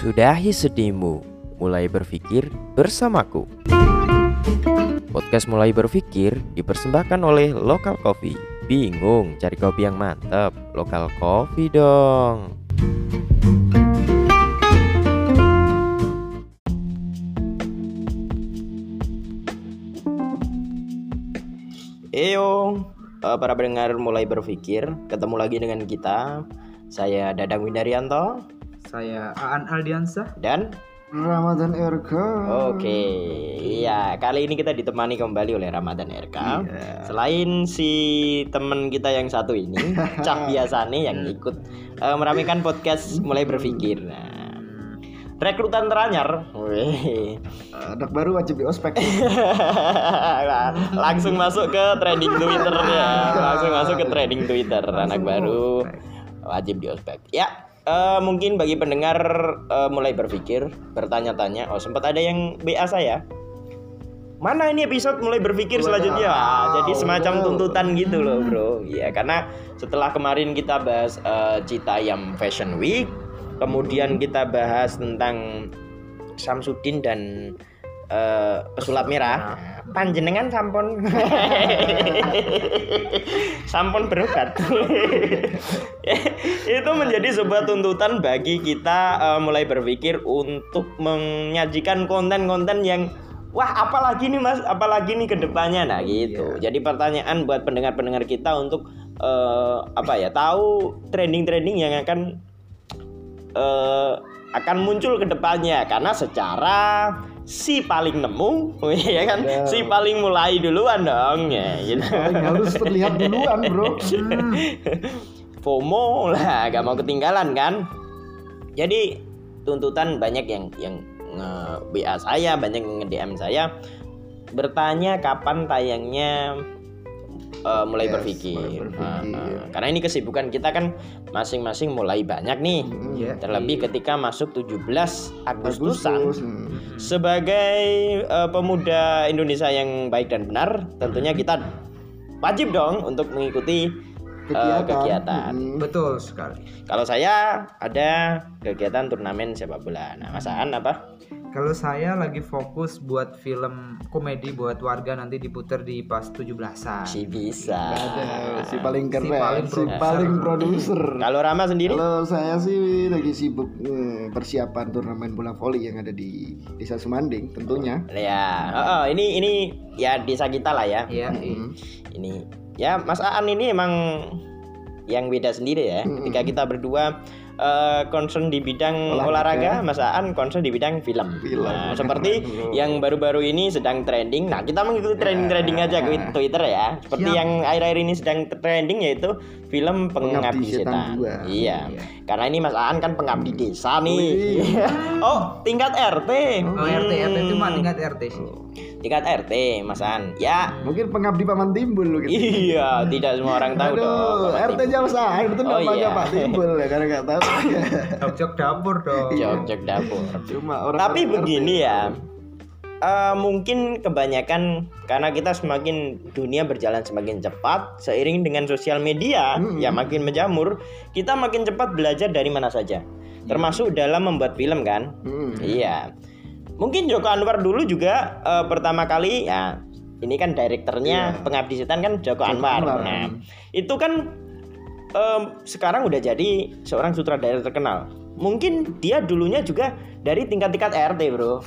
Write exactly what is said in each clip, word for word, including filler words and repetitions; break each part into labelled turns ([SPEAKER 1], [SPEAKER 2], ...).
[SPEAKER 1] Sudahi sedihmu, mulai berpikir bersamaku. Podcast Mulai Berpikir dipersembahkan oleh Lokal Coffee. Bingung cari kopi yang mantap? Lokal Coffee dong. Eyo, para pendengar Mulai Berpikir, ketemu lagi dengan kita. Saya Dadang Windaryanto.
[SPEAKER 2] Saya Aan Aldiansah
[SPEAKER 1] Dan
[SPEAKER 3] Ramadan R K.
[SPEAKER 1] Oke, iya kali ini kita ditemani kembali oleh Ramadan R K.
[SPEAKER 3] Iya.
[SPEAKER 1] Selain si temen kita yang satu ini, Cah biasane yang ikut uh, meramaikan podcast Mulai Berpikir. Nah, rekrutan teranyar, weh.
[SPEAKER 3] Anak baru wajib di ospek.
[SPEAKER 1] Nah, langsung masuk ke trending Twitter ya, langsung masuk ke trending Twitter. Anak baru wajib di ospek. Ya. Uh, mungkin bagi pendengar uh, mulai berpikir, bertanya-tanya, oh sempat ada yang B A saya, mana ini episode mulai berpikir selanjutnya, ah, jadi semacam tuntutan gitu loh bro. Ya karena setelah kemarin kita bahas uh, Citayam Fashion Week, kemudian kita bahas tentang Samsudin dan uh, pesulap merah, panjenengan sampun sampun berobat. Itu menjadi sebuah tuntutan bagi kita uh, mulai berpikir untuk menyajikan konten-konten yang wah apalagi nih mas, apalagi nih kedepannya, nah gitu. Iya. Jadi pertanyaan buat pendengar-pendengar kita untuk uh, apa ya, tahu trending-trending yang akan uh, akan muncul kedepannya, karena secara si paling nemu, ya kan, ya. Si paling mulai duluan dong, ya, gitu.
[SPEAKER 3] Harus terlihat duluan, bro. Hmm.
[SPEAKER 1] FOMO lah, gak mau ketinggalan kan. Jadi tuntutan banyak yang yang nge-B A saya, banyak yang nge-D M saya bertanya kapan tayangnya uh, mulai yes, berpikir. Mulai berpikir. Uh, uh, karena ini kesibukan kita kan masing-masing mulai banyak nih. Mm, yeah, terlebih yeah. ketika masuk tujuh belas Agustusan. Agustus. Mm. Sebagai uh, pemuda Indonesia yang baik dan benar, tentunya kita wajib dong untuk mengikuti kegiatan. Uh, kegiatan.
[SPEAKER 2] Hmm. Betul sekali.
[SPEAKER 1] Kalau saya ada kegiatan turnamen sepak bola. Nah, Mas Aan apa?
[SPEAKER 2] Kalau saya lagi fokus buat film komedi buat warga, nanti diputar di pas tujuh belasan.
[SPEAKER 1] Si bisa.
[SPEAKER 3] Ada si paling keren,
[SPEAKER 2] si paling,
[SPEAKER 3] si paling produser.
[SPEAKER 1] Kalau Rama sendiri?
[SPEAKER 3] Kalau saya sih lagi sibuk eh, persiapan turnamen bola voli yang ada di Desa Sumanding tentunya.
[SPEAKER 1] Ya, oh, oh, ini ini ya desa kita lah ya.
[SPEAKER 2] Iya.
[SPEAKER 1] Hmm. Ini ya Mas Aan ini emang yang beda sendiri ya. Hmm. Ketika kita berdua uh, concern di bidang olahraga, olahraga, Mas Aan concern di bidang film. film. Nah, seperti yang baru-baru ini sedang trending. Nah, kita mengikuti trending-trending aja ke Twitter ya. Seperti Siap. yang akhir-akhir ini sedang trending yaitu film Pengabdi Setan. Iya. iya. Karena ini Mas Aan kan pengabdi desa nih. Oh, tingkat R T.
[SPEAKER 2] Oh, R T, R T cuma tingkat R T sih.
[SPEAKER 1] Tingkat R T, Mas Aan. Ya,
[SPEAKER 3] mungkin pengabdi Paman Timbul loh gitu.
[SPEAKER 1] Iya, tidak semua orang tahu. Aduh, dong.
[SPEAKER 3] R T Jawa Sahar itu
[SPEAKER 1] oh,
[SPEAKER 3] namanya
[SPEAKER 1] iya.
[SPEAKER 3] Pak Timbul ya, karena enggak tahu.
[SPEAKER 2] Jok-jok dapur dong.
[SPEAKER 1] Jok-jok dapur.
[SPEAKER 3] Cuma orang.
[SPEAKER 1] Tapi begini R T ya. Uh, mungkin kebanyakan karena kita semakin dunia berjalan semakin cepat seiring dengan sosial media hmm. yang makin menjamur, kita makin cepat belajar dari mana saja, hmm. termasuk dalam membuat film kan. Hmm. Iya. Mungkin Joko Anwar dulu juga uh, pertama kali ya, ini kan direkturnya yeah. Pengabdi Setan kan Joko, Joko Anwar. Anwar. Nah, itu kan um, sekarang udah jadi seorang sutradara terkenal. Mungkin dia dulunya juga dari tingkat-tingkat R T, bro.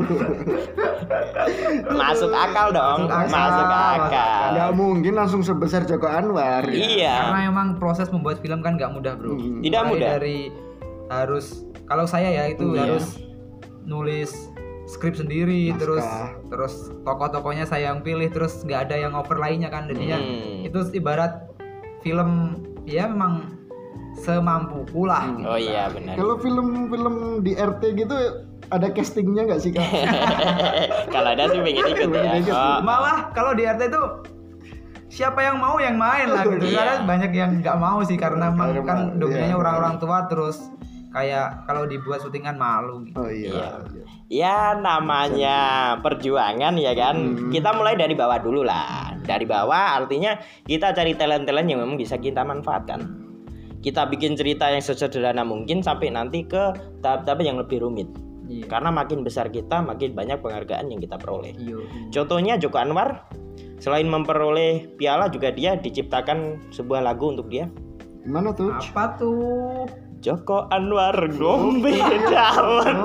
[SPEAKER 1] Masuk akal dong, masuk akal. Masuk akal.
[SPEAKER 3] Gak mungkin langsung sebesar Joko Anwar.
[SPEAKER 1] Iya.
[SPEAKER 2] Karena emang proses membuat film kan gak mudah, bro.
[SPEAKER 1] Hmm. Tidak Mulai mudah.
[SPEAKER 2] Dari harus, kalau saya ya itu hmm, harus iya. nulis skrip sendiri, Naskah. terus terus tokoh-tokohnya saya yang pilih, terus nggak ada yang over lainnya kan, jadinya hmm. itu ibarat film ya memang semampuku lah.
[SPEAKER 1] Hmm. Oh iya benar.
[SPEAKER 3] Kalau film-film di R T gitu ada castingnya nggak sih Kak?
[SPEAKER 1] Kalau ada sih pengen ikut ya.
[SPEAKER 2] Oh. Malah kalau di R T itu siapa yang mau yang main lah gitu.
[SPEAKER 1] Iya.
[SPEAKER 2] Karena banyak yang nggak mau sih karena memang kan dominannya
[SPEAKER 3] iya.
[SPEAKER 2] orang-orang tua, terus kayak kalau dibuat syutingan malu gitu.
[SPEAKER 3] Oh iya.
[SPEAKER 1] iya. Ya namanya perjuangan ya kan. Hmm. Kita mulai dari bawah dulu lah. Dari bawah artinya kita cari talent-talent yang memang bisa kita manfaatkan. kita bikin cerita yang sesederhana mungkin sampai nanti ke tahap-tahap yang lebih rumit. Iya. Karena makin besar kita, makin banyak penghargaan yang kita peroleh. Iya. Contohnya Joko Anwar, selain memperoleh piala juga dia diciptakan sebuah lagu untuk dia.
[SPEAKER 3] Gimana tuh?
[SPEAKER 2] Apa tuh?
[SPEAKER 1] Joko Anwar ngombe dawet.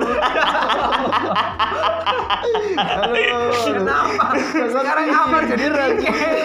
[SPEAKER 2] Kenapa? Sekarang Anwar jadi rakyat.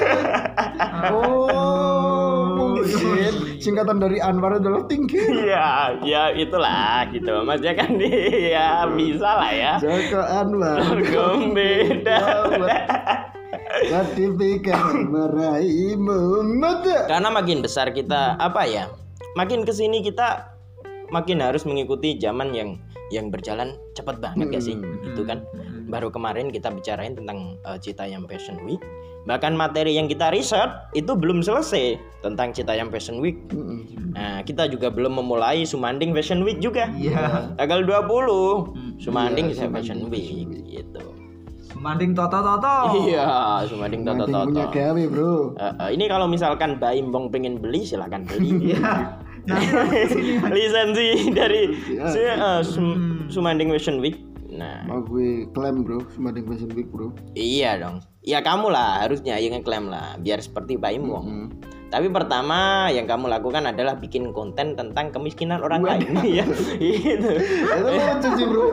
[SPEAKER 3] Oh, mungkin singkatan dari Anwar adalah tinggi.
[SPEAKER 1] Iya, ya itulah gitu. Maksudnya kan dia bisa lah ya.
[SPEAKER 3] Joko Anwar
[SPEAKER 1] ngombe dawet.
[SPEAKER 3] Hati pikir meraihmu mata.
[SPEAKER 1] Karena makin besar kita apa ya? Makin kesini kita makin harus mengikuti zaman yang yang berjalan cepat banget hmm. gak sih? Itu kan baru kemarin kita bicarain tentang uh, Citayam Fashion Week. Bahkan materi yang kita riset itu belum selesai tentang Citayam Fashion Week. Hmm. Nah, kita juga belum memulai Sumanding Fashion Week juga.
[SPEAKER 2] Iya.
[SPEAKER 1] Tanggal dua puluh Sumanding
[SPEAKER 3] yeah,
[SPEAKER 1] Fashion
[SPEAKER 3] Sumanding
[SPEAKER 1] Week
[SPEAKER 3] Fashion Week
[SPEAKER 1] gitu.
[SPEAKER 2] Sumanding toto-toto.
[SPEAKER 1] Iya, Sumanding toto-toto.
[SPEAKER 3] Punya gawe, Bro.
[SPEAKER 1] Uh, uh, ini kalau misalkan Baim Bong pengen beli silakan beli.
[SPEAKER 2] Iya.
[SPEAKER 1] Lisensi dari uh, Sum- Sumanding Fashion Week. Nah,
[SPEAKER 3] mau gue klaim, Bro, Sumanding Fashion Week, Bro.
[SPEAKER 1] Iya dong. Ya kamu lah harusnya yang ngeklaim lah biar seperti Baim Bong. Mm-hmm. Tapi pertama yang kamu lakukan adalah bikin konten tentang kemiskinan orang lain. Iya. Itu.
[SPEAKER 3] Itu lucu sih, Bro.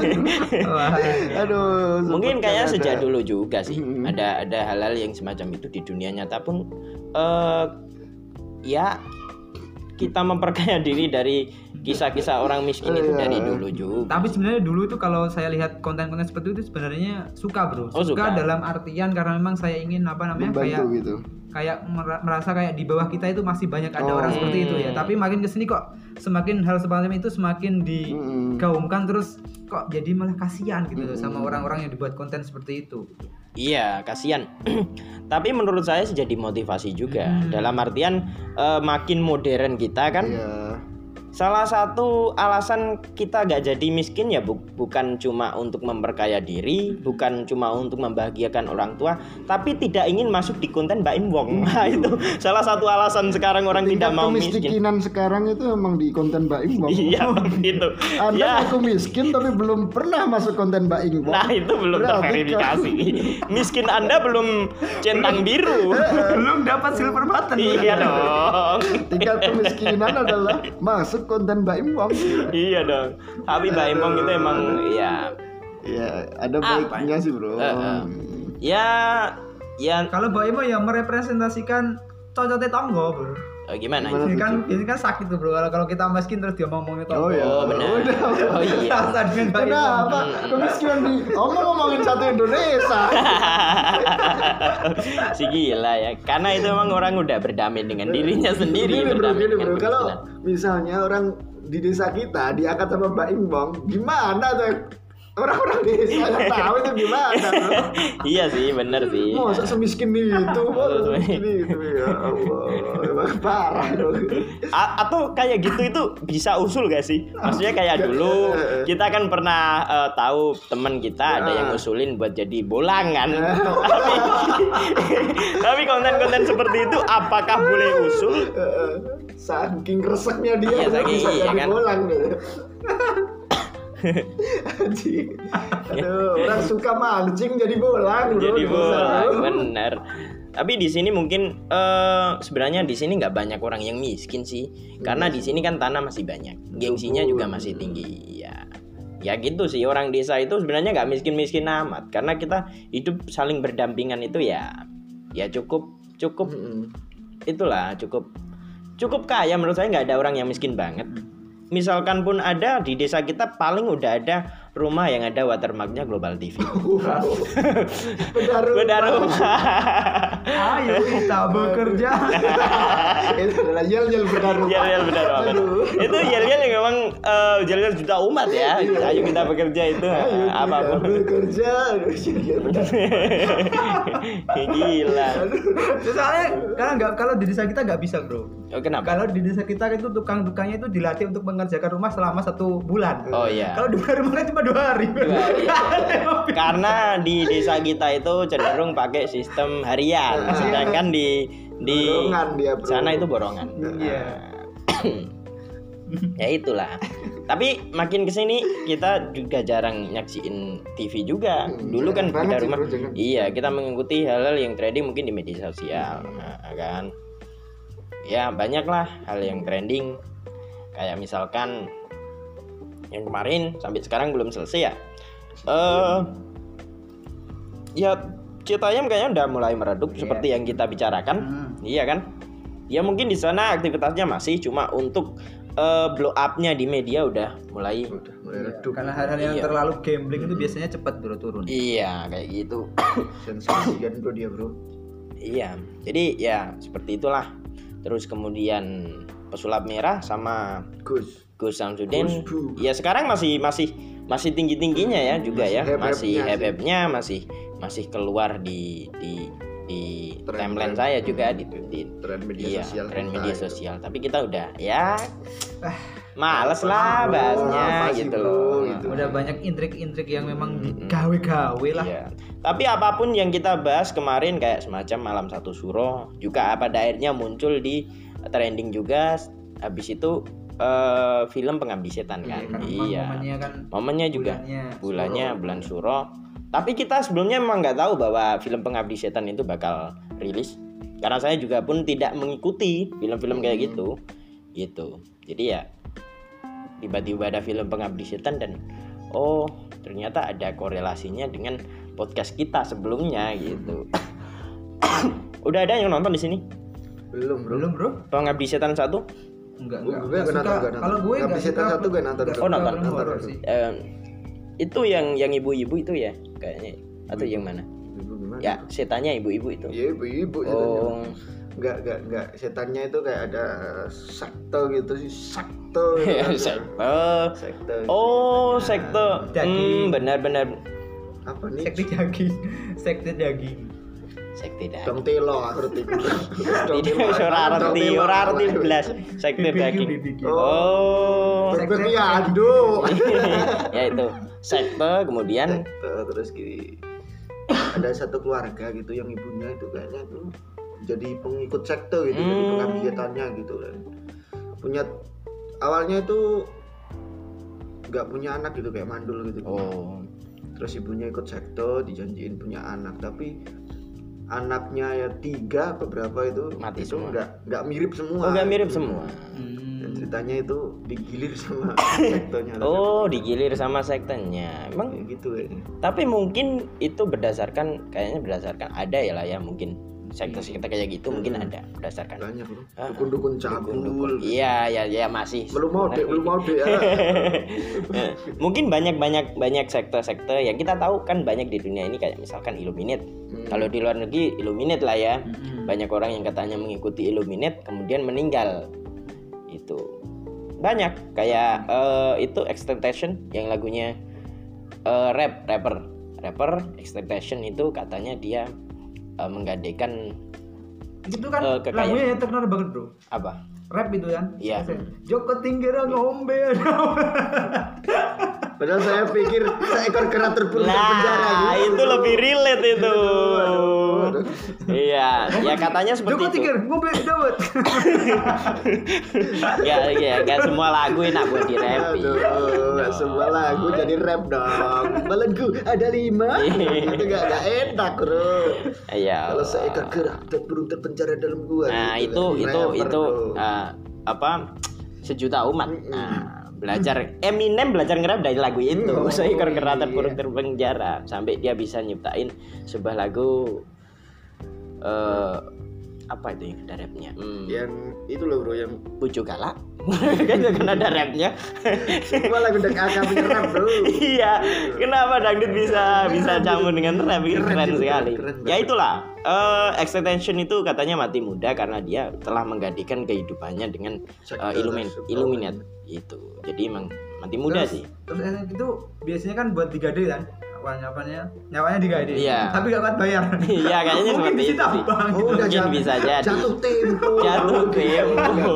[SPEAKER 3] Aduh.
[SPEAKER 1] Mungkin kayaknya sejak dulu juga sih. Mm-hmm. Ada ada hal-hal yang semacam itu di dunia nyata pun uh, ya kita memperkaya diri dari kisah-kisah orang miskin itu dari dulu juga.
[SPEAKER 2] Tapi sebenarnya dulu itu kalau saya lihat konten-konten seperti itu sebenarnya suka, Bro. Suka,
[SPEAKER 1] oh, suka
[SPEAKER 2] dalam artian karena memang saya ingin apa namanya
[SPEAKER 3] membantu
[SPEAKER 2] kayak
[SPEAKER 3] gitu.
[SPEAKER 2] Kayak merasa kayak di bawah kita itu masih banyak ada
[SPEAKER 3] oh.
[SPEAKER 2] orang seperti itu ya. Tapi makin kesini kok semakin hal semacam itu semakin digaungkan, terus kok jadi malah kasihan gitu hmm. sama orang-orang yang dibuat konten seperti itu.
[SPEAKER 1] Iya, kasihan. Tapi menurut saya sih jadi motivasi juga. Hmm. Dalam artian uh, makin modern kita kan.
[SPEAKER 3] Yeah.
[SPEAKER 1] Salah satu alasan kita gak jadi miskin ya bu- bukan cuma untuk memperkaya diri, bukan cuma untuk membahagiakan orang tua, tapi tidak ingin masuk di konten Baim Bong. Nah, itu salah satu alasan sekarang orang
[SPEAKER 3] tingkat
[SPEAKER 1] tidak mau miskin.
[SPEAKER 3] Kemiskinan sekarang itu emang di konten Baim Bong.
[SPEAKER 1] Iya, itu.
[SPEAKER 3] Anda
[SPEAKER 1] ya.
[SPEAKER 3] aku miskin tapi belum pernah masuk konten Baim Bong.
[SPEAKER 1] Nah, itu belum terverifikasi. Miskin Anda belum centang biru.
[SPEAKER 2] Belum dapat silver button.
[SPEAKER 1] Iya dong.
[SPEAKER 3] Tingkat kemiskinan adalah masuk konten Baim Bong.
[SPEAKER 1] Iya dong. Tapi Baim Bong itu emang ya
[SPEAKER 3] ya ada baiknya sih, Bro.
[SPEAKER 1] Uh, uh. Ya ya
[SPEAKER 2] kalau Baim Bong ya merepresentasikan cocote tonggo, Bro.
[SPEAKER 1] Oh, gimana?
[SPEAKER 2] Ini kan ini kan sakit tuh, Bro. Kalau kalau kita miskin terus dia ngomongin tonggo.
[SPEAKER 3] Oh, iya.
[SPEAKER 1] Oh benar.
[SPEAKER 3] Oh
[SPEAKER 1] iya.
[SPEAKER 3] Kenapa? Kemiskinan di ngomong-ngomongin satu Indonesia.
[SPEAKER 1] Si gila ya. Karena itu emang orang udah berdamai dengan dirinya sendiri.
[SPEAKER 3] Gini, Bro, gini, Bro.
[SPEAKER 1] Dengan
[SPEAKER 3] Kalau misalnya orang di desa kita diangkat sama Baim Bong, gimana tuh? Orang-orang desa yang tahu itu gimana, Bro?
[SPEAKER 1] Iya sih, benar sih.
[SPEAKER 3] Masa semiskin itu, Bro? Ini itu ya Allah, emang parah, Bro.
[SPEAKER 1] A- atau kayak gitu itu bisa usul gak sih? Maksudnya kayak dulu kita kan pernah uh, tahu teman kita ada yang usulin buat jadi bolangan. tapi tapi konten-konten seperti itu apakah boleh usul?
[SPEAKER 3] Saking reseknya dia,
[SPEAKER 1] ya, saking,
[SPEAKER 3] bisa
[SPEAKER 1] iya,
[SPEAKER 3] jadi
[SPEAKER 1] kan?
[SPEAKER 3] bolang gitu. Aduh, orang suka mancing jadi bolang,
[SPEAKER 1] Jadi
[SPEAKER 3] bro,
[SPEAKER 1] bolang, bener. Tapi di sini mungkin uh, sebenarnya di sini nggak banyak orang yang miskin sih, karena di sini kan tanah masih banyak, gengsinya juga masih tinggi. Ya, ya gitu sih, orang desa itu sebenarnya nggak miskin-miskin amat, karena kita hidup saling berdampingan itu ya, ya cukup cukup itulah cukup cukup kaya menurut saya, nggak ada orang yang miskin banget. Misalkan pun ada di desa kita paling udah ada rumah yang ada watermarknya Global T V.
[SPEAKER 3] Wow. Beda rumah.
[SPEAKER 1] Beda rumah.
[SPEAKER 2] Ayo kita bekerja.
[SPEAKER 3] Itu adalah yel-yel beda rumah.
[SPEAKER 1] Yel-yel beda rumah. Itu yel-yel yang memang uh, yel-yel juta umat ya. Ayo kita bekerja itu.
[SPEAKER 3] Ayo kita
[SPEAKER 1] apapun.
[SPEAKER 3] bekerja. Yel-yel beda rumah.
[SPEAKER 1] Gila.
[SPEAKER 2] Soalnya karena nggak, kalau di desa kita nggak bisa, Bro.
[SPEAKER 1] Oh, kenapa?
[SPEAKER 2] Kalau di desa kita itu tukang-tukangnya itu dilatih untuk mengerjakan rumah selama satu bulan.
[SPEAKER 1] Oh iya.
[SPEAKER 2] Kalau di rumahnya cuma dua hari.
[SPEAKER 1] Dua hari. Karena di desa kita itu cenderung pakai sistem harian, sedangkan di di
[SPEAKER 3] borongan dia, bro.
[SPEAKER 1] sana itu borongan.
[SPEAKER 2] Iya.
[SPEAKER 1] Ya itulah. Tapi makin kesini kita juga jarang nyaksiin T V juga. Dulu kan kita rumah, iya kita mengikuti hal-hal yang trending mungkin di media sosial, nah, kan. Ya banyak lah hal yang trending. Kayak misalkan yang kemarin sampai sekarang belum selesai ya. Eh, uh, ya Citayam kayaknya udah mulai meredup yeah. seperti yang kita bicarakan, hmm. iya kan? Ya mungkin di sana aktivitasnya masih cuma untuk Uh, blow up-nya di media udah mulai
[SPEAKER 2] udah mulai redup. Karena hal-hal yang iya. terlalu gambling itu biasanya cepat bro turun.
[SPEAKER 1] Iya, kayak gitu.
[SPEAKER 3] Sensasi kan bro dia, bro.
[SPEAKER 1] Iya. Jadi ya seperti itulah. Terus kemudian pesulap merah sama
[SPEAKER 3] Gus
[SPEAKER 1] Gus Samsudin. Ya sekarang masih masih masih tinggi-tingginya ya juga masih ya. Masih heb-hebnya masih masih keluar di di di trend timeline trend, saya juga di, di
[SPEAKER 3] tren media
[SPEAKER 1] iya,
[SPEAKER 3] sosial
[SPEAKER 1] tren media sosial itu. Tapi kita udah ya males lah bahasnya gitu loh
[SPEAKER 2] gitu. Udah banyak intrik-intrik yang memang gawe-gawe lah
[SPEAKER 1] iya. Tapi apapun yang kita bahas kemarin kayak semacam Malam Satu Suro juga pada akhirnya muncul di trending juga. Habis itu uh, film Pengabdi Setan kan iya, kan
[SPEAKER 2] iya. momennya kan
[SPEAKER 1] momennya juga
[SPEAKER 2] bulannya,
[SPEAKER 1] bulannya Suro. Bulan Suro. Tapi kita sebelumnya memang nggak tahu bahwa film Pengabdi Setan itu bakal rilis. Karena saya juga pun tidak mengikuti film-film kayak gitu. Gitu. Jadi ya tiba-tiba ada film Pengabdi Setan dan oh ternyata ada korelasinya dengan podcast kita sebelumnya gitu. Udah ada yang nonton di sini?
[SPEAKER 3] Belum, bro.
[SPEAKER 2] Belum, bro.
[SPEAKER 1] Pengabdi Setan satu?
[SPEAKER 2] Enggak, enggak.
[SPEAKER 3] Gue enggak nonton.
[SPEAKER 2] Kalau gue
[SPEAKER 3] Pengabdi Setan satu gue nonton.
[SPEAKER 1] Oh, nonton. nonton. Eh, itu yang yang ibu-ibu itu ya kayaknya atau yang mana?
[SPEAKER 3] Ibu gimana?
[SPEAKER 1] Ya, setannya ibu-ibu itu.
[SPEAKER 3] Iya, ibu-ibu
[SPEAKER 1] oh.
[SPEAKER 3] Enggak, enggak, enggak. Setannya itu kayak ada sekte gitu sih, sekte. Gitu.
[SPEAKER 1] sekte.
[SPEAKER 3] Sekte.
[SPEAKER 1] Oh, sekte. Hmm, benar-benar.
[SPEAKER 2] Apa nih? Sekte daging. Sekte daging.
[SPEAKER 1] Sekte daging.
[SPEAKER 3] Dong telo arti.
[SPEAKER 1] Tidak ora arti, ora arti belas. Sekte daging. Oh.
[SPEAKER 3] Sekte ando.
[SPEAKER 1] Ya itu. Sekte kemudian
[SPEAKER 3] sekte, terus gini. Ada satu keluarga gitu yang ibunya itu kayaknya tuh jadi pengikut sekte gitu, hmm. jadi pengabdi setannya gitu kan. Punya awalnya itu nggak punya anak gitu kayak mandul gitu.
[SPEAKER 1] Oh.
[SPEAKER 3] Terus ibunya ikut sekte, dijanjiin punya anak, tapi anaknya ya tiga beberapa itu
[SPEAKER 1] mati
[SPEAKER 3] itu
[SPEAKER 1] semua.
[SPEAKER 3] nggak nggak mirip semua.
[SPEAKER 1] Oh, nggak mirip semua.
[SPEAKER 3] Hmm. Dan ceritanya itu digilir sama sektenya.
[SPEAKER 1] Oh, digilir sama sektenya. Emang
[SPEAKER 3] ya, gitu kayaknya.
[SPEAKER 1] Tapi mungkin itu berdasarkan kayaknya berdasarkan ada ya lah ya mungkin sekte-sekte kayak gitu hmm. mungkin ada berdasarkan
[SPEAKER 3] banyak loh. Dukun-dukun cabul.
[SPEAKER 1] Iya, ya ya masih.
[SPEAKER 3] Belum mau deh, belum mau deh.
[SPEAKER 1] Mungkin banyak-banyak banyak sekte-sekte yang kita tahu kan banyak di dunia ini kayak misalkan Illuminate. Hmm. Kalau di luar negeri Illuminate lah ya. Hmm. Banyak orang yang katanya mengikuti Illuminate kemudian meninggal. Itu. Banyak kayak uh, itu XXXTentacion yang lagunya uh, rap rapper. Rapper XXXTentacion itu katanya dia Uh, menggadekan
[SPEAKER 2] itu kan uh, lagunya yang terkenal banget bro.
[SPEAKER 1] Apa?
[SPEAKER 2] Rap itu kan?
[SPEAKER 1] Iya.
[SPEAKER 2] Joko tinggal ngombe.
[SPEAKER 3] Padahal saya pikir seekor kera terpuruk
[SPEAKER 1] nah, penjara gitu. Itu lebih relate itu.
[SPEAKER 3] Aduh, aduh, aduh.
[SPEAKER 1] Iya, ya katanya seperti
[SPEAKER 2] Joko
[SPEAKER 1] itu.
[SPEAKER 2] tinggal ngombe dawet.
[SPEAKER 1] Ya, ya, gak semua lagu enak buat di rap.
[SPEAKER 3] Aduh, semua lagu jadi rap dong. Balenku ada lima. Itu gak, gak enak bro.
[SPEAKER 1] Iya.
[SPEAKER 3] Kalau seekor kera terpuruk terpenjara dalam gua.
[SPEAKER 1] Nah
[SPEAKER 3] gitu,
[SPEAKER 1] itu itu itu uh, apa sejuta umat. Mm-hmm. Nah, belajar Eminem belajar ngerap dari lagu itu. Oh, seekor kera terpuruk terpenjara sampai dia bisa nyiptain sebuah lagu uh, apa itu yang ada rapnya? Hmm.
[SPEAKER 3] Yang itu loh bro yang
[SPEAKER 1] Pucuk Galak. Kan kan ada rapnya.
[SPEAKER 3] Semua lagu dari akar rap bro.
[SPEAKER 1] Iya. Kenapa dangdut bisa bisa campur dengan rap? Itu keren, keren sekali. Keren, ya itulah. Uh, XXXTentacion itu katanya mati muda karena dia telah menggantikan kehidupannya dengan uh, Illumin Illuminate itu. Jadi emang mati muda
[SPEAKER 2] terus,
[SPEAKER 1] sih.
[SPEAKER 2] Terus itu biasanya kan buat digade kan? Nyawanya nyawanya digade.
[SPEAKER 1] Iya.
[SPEAKER 2] Tapi gak kuat bayar.
[SPEAKER 1] Iya kayaknya seperti itu sih.
[SPEAKER 3] Oh,
[SPEAKER 1] mungkin
[SPEAKER 3] jatuh,
[SPEAKER 1] bisa jadi.
[SPEAKER 3] Jatuh tempo.
[SPEAKER 1] Jatuh tempo.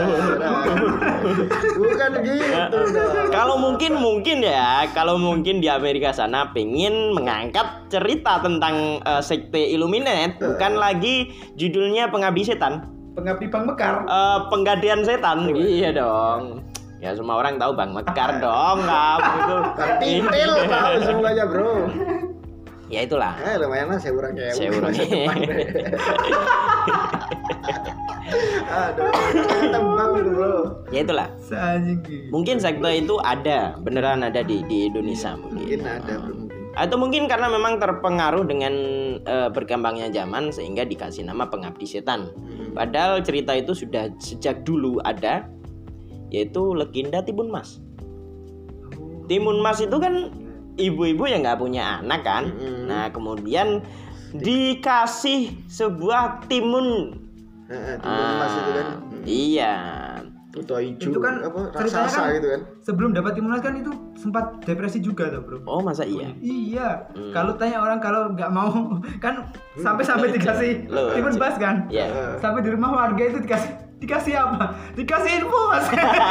[SPEAKER 3] Bukan gitu.
[SPEAKER 1] Kalau mungkin mungkin ya, kalau mungkin di Amerika sana pengen mengangkat cerita tentang uh, sekte Illuminate, bukan lagi judulnya Pengabdi Setan.
[SPEAKER 2] Pengabdi Bang Mekar.
[SPEAKER 1] Uh, penggadean setan. Iya dong. Ya semua orang tahu Bang Mekar dong, kamu itu.
[SPEAKER 3] Tintil tahu semuanya, Bro.
[SPEAKER 1] Ya itulah.
[SPEAKER 3] Eh lumayan lah sewu orang
[SPEAKER 1] Sewu orang.
[SPEAKER 3] Aduh, tembang itu, Bro.
[SPEAKER 1] Ya itulah.
[SPEAKER 2] Sanjing.
[SPEAKER 1] Mungkin sekte itu ada, beneran ada di di Indonesia mungkin.
[SPEAKER 3] Mungkin ada, Bro.
[SPEAKER 1] Atau mungkin karena memang terpengaruh dengan uh, berkembangnya zaman sehingga dikasih nama pengabdi setan.
[SPEAKER 3] Hmm.
[SPEAKER 1] Padahal cerita itu sudah sejak dulu ada, yaitu legenda Timun Mas. Timun Mas itu kan ibu-ibu yang nggak punya anak kan.
[SPEAKER 3] Hmm.
[SPEAKER 1] Nah kemudian dikasih sebuah timun.
[SPEAKER 3] Heeh, Timun Mas itu kan.
[SPEAKER 1] Iya.
[SPEAKER 3] Buto hijau
[SPEAKER 2] Itu kan
[SPEAKER 3] apa
[SPEAKER 2] ceritanya
[SPEAKER 3] raksasa
[SPEAKER 2] kan,
[SPEAKER 3] gitu kan.
[SPEAKER 2] sebelum dapat Timun Mas kan itu sempat depresi juga tuh, Bro.
[SPEAKER 1] Oh masa iya?
[SPEAKER 2] Iya.
[SPEAKER 1] Hmm.
[SPEAKER 2] Kalau tanya orang kalau nggak mau kan sampai-sampai dikasih
[SPEAKER 1] Loh,
[SPEAKER 2] Timun Mas kan.
[SPEAKER 1] Iya.
[SPEAKER 2] Sampai di rumah warga itu dikasih dikasih apa? Dikasih info, Mas.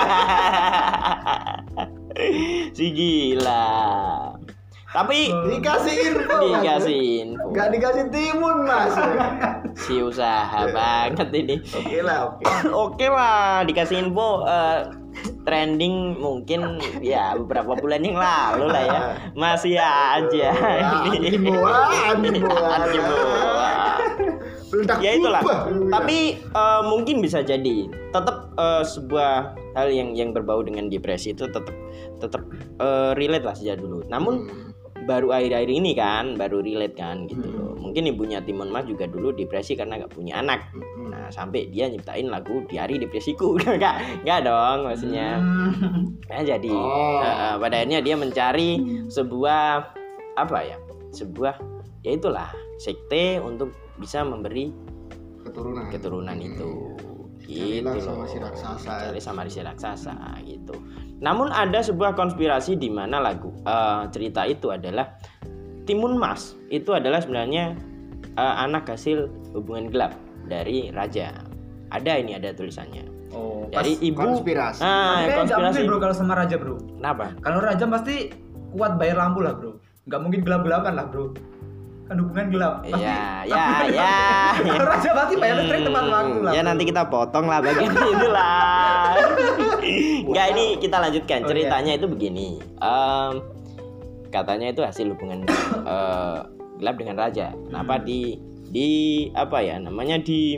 [SPEAKER 1] Si gila. Tapi
[SPEAKER 3] Dikasih info.
[SPEAKER 1] dikasih info.
[SPEAKER 3] Enggak dikasih timun, Mas.
[SPEAKER 1] Si usaha banget ini.
[SPEAKER 3] Oke lah, oke.
[SPEAKER 1] Oke lah, dikasih info uh, trending mungkin ya beberapa bulan yang lalu lah ya. Masih aja ini.
[SPEAKER 3] Himbauan, himbauan.
[SPEAKER 1] Himbauan.
[SPEAKER 3] Meledak
[SPEAKER 1] Ya itulah.
[SPEAKER 3] berubah.
[SPEAKER 1] Tapi uh, mungkin bisa jadi tetap uh, sebuah hal yang yang berbau dengan depresi itu tetap tetap uh, relate lah sejak dulu. Namun
[SPEAKER 3] Hmm.
[SPEAKER 1] baru akhir-akhir ini kan baru relate kan gitu
[SPEAKER 3] Hmm.
[SPEAKER 1] loh. Mungkin ibunya Timun Mas juga dulu depresi karena nggak punya anak.
[SPEAKER 3] Hmm.
[SPEAKER 1] Nah sampai dia nyiptain lagu di hari depresiku. nggak nggak dong maksudnya. Nah, jadi
[SPEAKER 3] Oh.
[SPEAKER 1] uh, pada akhirnya dia mencari sebuah apa ya sebuah ya itulah sekte untuk bisa memberi
[SPEAKER 3] Keturunan.
[SPEAKER 1] keturunan itu.
[SPEAKER 3] Carilah
[SPEAKER 1] Gitu
[SPEAKER 3] sama
[SPEAKER 1] loh.
[SPEAKER 3] si raksasa.
[SPEAKER 1] Cari sama si raksasa gitu. Namun ada sebuah konspirasi di mana lagu uh, cerita itu adalah Timun Mas itu adalah sebenarnya uh, anak hasil hubungan gelap dari raja. Ada ini ada tulisannya.
[SPEAKER 2] Oh,
[SPEAKER 1] Dari ibu
[SPEAKER 3] konspirasi.
[SPEAKER 1] Ah,
[SPEAKER 2] Tapi nggak
[SPEAKER 1] konspirasi.
[SPEAKER 2] mungkin, Bro, kalau sama raja, Bro.
[SPEAKER 1] Kenapa?
[SPEAKER 2] Kalau raja pasti kuat bayar lampu lah, Bro. Nggak mungkin gelap-gelapan lah, Bro. Kan hubungan gelap. Pasti,
[SPEAKER 1] Ya, ya, ya.
[SPEAKER 2] Kalau raja pasti bayar listrik tepat waktu lah.
[SPEAKER 1] Ya
[SPEAKER 2] Bro.
[SPEAKER 1] nanti kita potong lah bagian itu lah. Enggak, ini kita lanjutkan.
[SPEAKER 2] Oh,
[SPEAKER 1] Ceritanya itu begini. Em, katanya itu hasil hubungan eh, gelap dengan raja. Kenapa
[SPEAKER 2] Hmm.
[SPEAKER 1] di di apa ya namanya di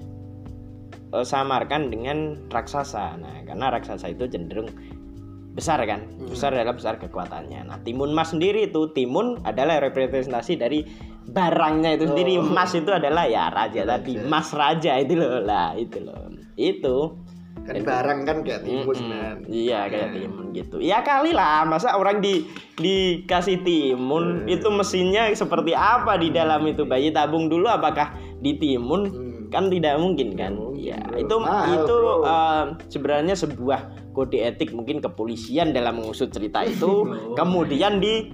[SPEAKER 1] eh, samarkan dengan raksasa. Nah, karena raksasa itu cenderung besar kan, besar adalah besar kekuatannya. Nah, Timun Mas sendiri itu Timun adalah representasi dari barangnya itu sendiri.
[SPEAKER 3] Oh.
[SPEAKER 1] Mas itu adalah ya raja tadi, Mas raja itu loh lah, itu loh, itu.
[SPEAKER 3] Kan barang kan kayak timun
[SPEAKER 1] Mm-mm.
[SPEAKER 3] kan.
[SPEAKER 1] Iya kayak timun gitu. Ya kali lah, masa orang di dikasih timun
[SPEAKER 3] Hmm.
[SPEAKER 1] itu mesinnya seperti apa di dalam itu bayi tabung dulu apakah di timun?
[SPEAKER 3] Hmm.
[SPEAKER 1] Kan tidak mungkin kan.
[SPEAKER 3] Tidak mungkin,
[SPEAKER 1] Ya
[SPEAKER 3] bro.
[SPEAKER 1] itu
[SPEAKER 3] Mahal,
[SPEAKER 1] itu
[SPEAKER 3] bro.
[SPEAKER 1] eh, sebenarnya sebuah kode etik mungkin kepolisian dalam mengusut cerita itu kemudian di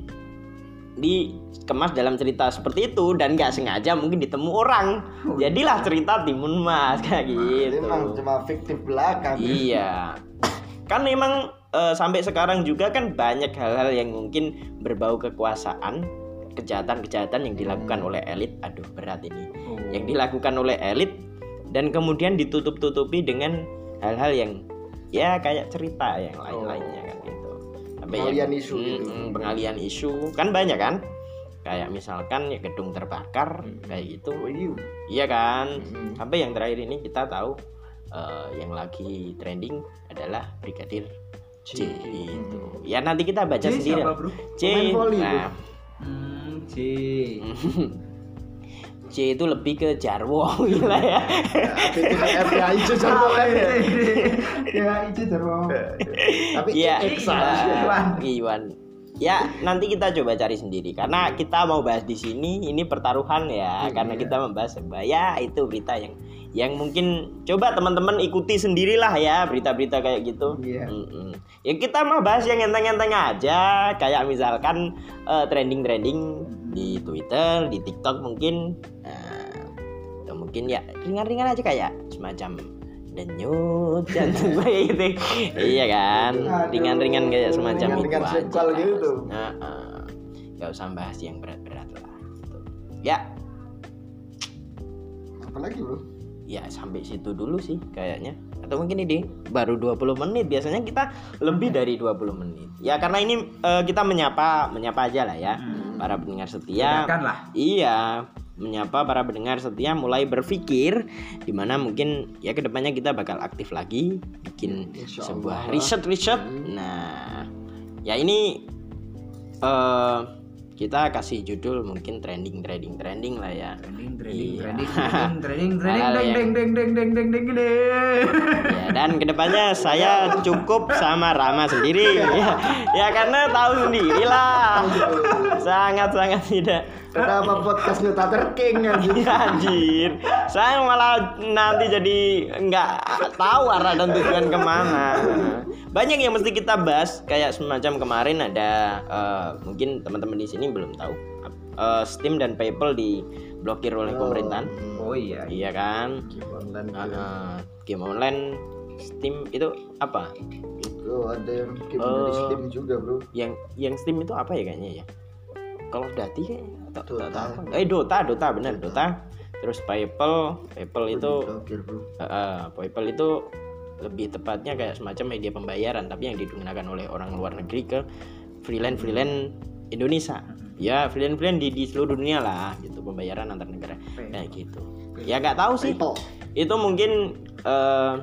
[SPEAKER 1] dikemas dalam cerita seperti itu dan nggak sengaja mungkin ditemu orang. Jadilah cerita Timun Mas kayak
[SPEAKER 3] Ini
[SPEAKER 1] gitu.
[SPEAKER 3] memang cuma fiktif belaka.
[SPEAKER 1] Iya. Kan memang eh, sampai sekarang juga kan banyak hal-hal yang mungkin berbau kekuasaan, kejahatan-kejahatan yang dilakukan oleh elit. Aduh, berat ini.
[SPEAKER 2] Oh.
[SPEAKER 1] Yang dilakukan oleh elit dan kemudian ditutup-tutupi dengan hal-hal yang ya kayak cerita yang lain-lainnya kan gitu. Sampai
[SPEAKER 3] Pengalian
[SPEAKER 1] yang-
[SPEAKER 3] isu
[SPEAKER 1] Mm,
[SPEAKER 3] gitu.
[SPEAKER 1] mm, pengalian isu kan banyak kan? Kayak misalkan ya gedung terbakar kayak gitu.
[SPEAKER 3] Oh, iya.
[SPEAKER 1] Iya kan?
[SPEAKER 3] Mm.
[SPEAKER 1] Sampai yang terakhir ini kita tahu eh, yang lagi trending adalah Brigadir J itu. Ya nanti kita baca
[SPEAKER 2] J
[SPEAKER 1] sendiri.
[SPEAKER 2] siapa, Bro?
[SPEAKER 1] J.
[SPEAKER 3] Pemain voli,
[SPEAKER 1] Nah,
[SPEAKER 2] Hmm, J.
[SPEAKER 1] J itu lebih ke Jarwo gila ya.
[SPEAKER 3] Itu R T A hijau jarwo kan ya.
[SPEAKER 2] Ya, itu terus.
[SPEAKER 3] Tapi
[SPEAKER 1] Iya,
[SPEAKER 3] X
[SPEAKER 1] eh,
[SPEAKER 2] Iwan.
[SPEAKER 1] Iwan. Ya, nanti kita coba cari sendiri karena kita mau bahas di sini ini pertaruhan ya,
[SPEAKER 3] Hmm,
[SPEAKER 1] karena
[SPEAKER 3] iya.
[SPEAKER 1] kita membahas sebuah ya itu berita yang yang mungkin coba teman-teman ikuti sendirilah ya berita-berita kayak gitu.
[SPEAKER 2] Iya.
[SPEAKER 1] Mm-mm. Ya kita mah bahas yang enteng-enteng aja, kayak misalkan eh, trending-trending di Twitter, di TikTok mungkin, nah, atau mungkin ya ringan-ringan aja kayak semacam denyut jantung kayak gitu. Iya kan,
[SPEAKER 3] Aduh,
[SPEAKER 1] ringan-ringan kayak semacam
[SPEAKER 3] ringan-ringan
[SPEAKER 1] itu aja.
[SPEAKER 3] seksual gitu.
[SPEAKER 1] Nah, eh, nggak usah bahas yang berat-berat lah. Gitu. Ya,
[SPEAKER 3] Apalagi, Bro?
[SPEAKER 1] ya sampai situ dulu sih kayaknya. Atau mungkin ini baru dua puluh menit. Biasanya kita lebih dari dua puluh menit. Ya karena ini uh, kita menyapa menyapa aja lah ya hmm. para pendengar setia.
[SPEAKER 2] Lah.
[SPEAKER 1] Iya, menyapa para pendengar setia mulai berpikir dimana mungkin ya kedepannya kita bakal aktif lagi bikin sebuah riset-riset. Hmm. Nah, ya ini uh, kita kasih judul mungkin trending trending trending lah ya.
[SPEAKER 2] Trending trending
[SPEAKER 1] iya.
[SPEAKER 2] trending trending trending deng deng deng deng deng deng deng deng.
[SPEAKER 1] Ya, dan kedepannya saya cukup sama Rama sendiri ya, ya karena tahu sendiri lah sangat sangat tidak.
[SPEAKER 3] Kenapa podcastnya tak terking anjir?
[SPEAKER 1] Anjir, saya malah nanti jadi nggak tahu arah dan tujuan kemana. Banyak yang mesti kita bahas, kayak semacam kemarin ada uh, mungkin teman-teman di sini belum tahu uh, Steam dan PayPal diblokir oleh
[SPEAKER 3] oh.
[SPEAKER 1] pemerintahan.
[SPEAKER 2] Oh iya,
[SPEAKER 1] iya kan?
[SPEAKER 3] Game online,
[SPEAKER 1] uh, uh, game online Steam itu apa?
[SPEAKER 3] Oh, ada yang game uh, dari Steam juga bro.
[SPEAKER 1] Yang yang Steam itu apa ya kayaknya ya? Kalau Dati kayak atau
[SPEAKER 3] Dota.
[SPEAKER 1] apa? Eh Dota, Dota benar Dota. Terus PayPal, PayPal itu
[SPEAKER 3] diblokir, bro.
[SPEAKER 1] Uh, uh, PayPal itu lebih tepatnya kayak semacam media pembayaran tapi yang digunakan oleh orang luar negeri ke freelance freelance Indonesia. Ya freelance freelance di, di seluruh dunia lah gitu, pembayaran antar negara kayak gitu. Ya nggak tahu sih. Itu mungkin uh,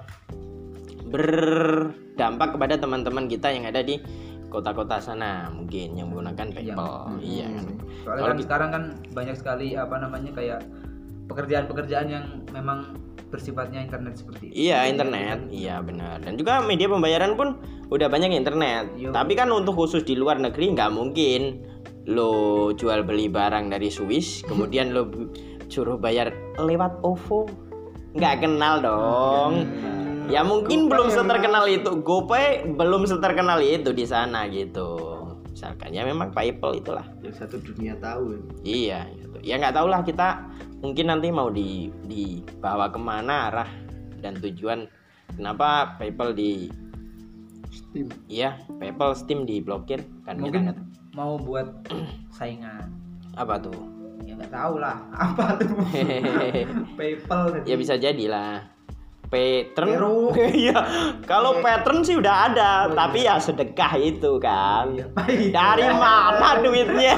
[SPEAKER 1] berdampak kepada teman-teman kita yang ada di kota-kota sana mungkin yang menggunakan PayPal. Yang, iya kan.
[SPEAKER 2] Soalnya kan sekarang kan banyak sekali apa namanya kayak pekerjaan-pekerjaan yang memang bersifatnya internet seperti itu.
[SPEAKER 1] Iya, internet. Iya, benar. Dan juga media pembayaran pun udah banyak internet. Yo. Tapi kan untuk khusus di luar negeri nggak mungkin lo jual beli barang dari Swiss kemudian lo suruh bayar lewat O V O. Nggak kenal dong. Hmm. Ya mungkin GoPay belum seterkenal itu. GoPay belum seterkenal itu di sana gitu. Misalkan ya memang PayPal itulah.
[SPEAKER 3] Yang satu dunia tahu.
[SPEAKER 1] Iya, gitu. Ya nggak tahu lah kita. Mungkin nanti mau di dibawa kemana arah dan tujuan kenapa PayPal di
[SPEAKER 3] Steam.
[SPEAKER 1] Iya, PayPal Steam diblokir kan.
[SPEAKER 2] Mungkin kita mau buat saingan.
[SPEAKER 1] Apa tuh?
[SPEAKER 2] Ya nggak tahu lah. Apa tuh? PayPal.
[SPEAKER 1] Ya bisa jadilah. Pattern. Iya. Kalau pattern sih udah ada, oh, tapi iya. Ya sedekah itu kan. Iya. Dari mana duitnya?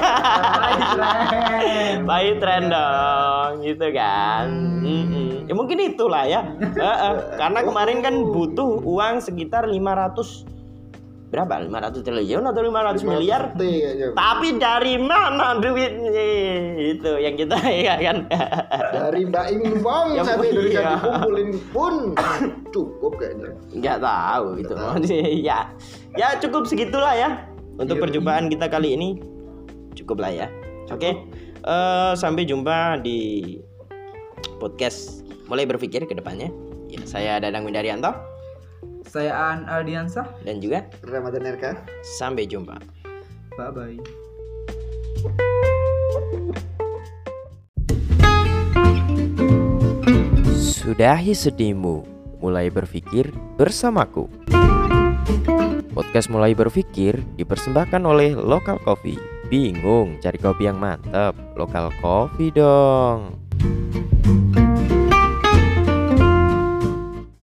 [SPEAKER 1] Bayi tren dong, gitu kan. Hmm. Ya mungkin itulah ya. Karena kemarin kan butuh uang sekitar lima ratus berapa? lima ratus triliun atau lima ratus miliar? Tapi dari mana duitnya? Itu yang kita ya kan.
[SPEAKER 3] Dari Mbak Ing Wong sampai Indonesia dikumpulin pun cukup kayaknya.
[SPEAKER 1] Enggak tahu itu. Ya. Ya cukup segitulah ya. Untuk perjumpaan kita kali ini. Cukup lah ya. Oke. Okay. Uh, sampai jumpa di podcast Mulai Berpikir ke depannya. Ya, saya Dadang Windaryanto.
[SPEAKER 2] Saya Aan Aldiansah
[SPEAKER 1] dan juga
[SPEAKER 3] Ramadan R K.
[SPEAKER 1] Sampai jumpa.
[SPEAKER 2] Bye bye.
[SPEAKER 1] Sudahi sedihmu, mulai berpikir bersamaku. Podcast Mulai Berpikir dipersembahkan oleh Local Coffee. Bingung cari kopi yang mantap? Local Coffee dong.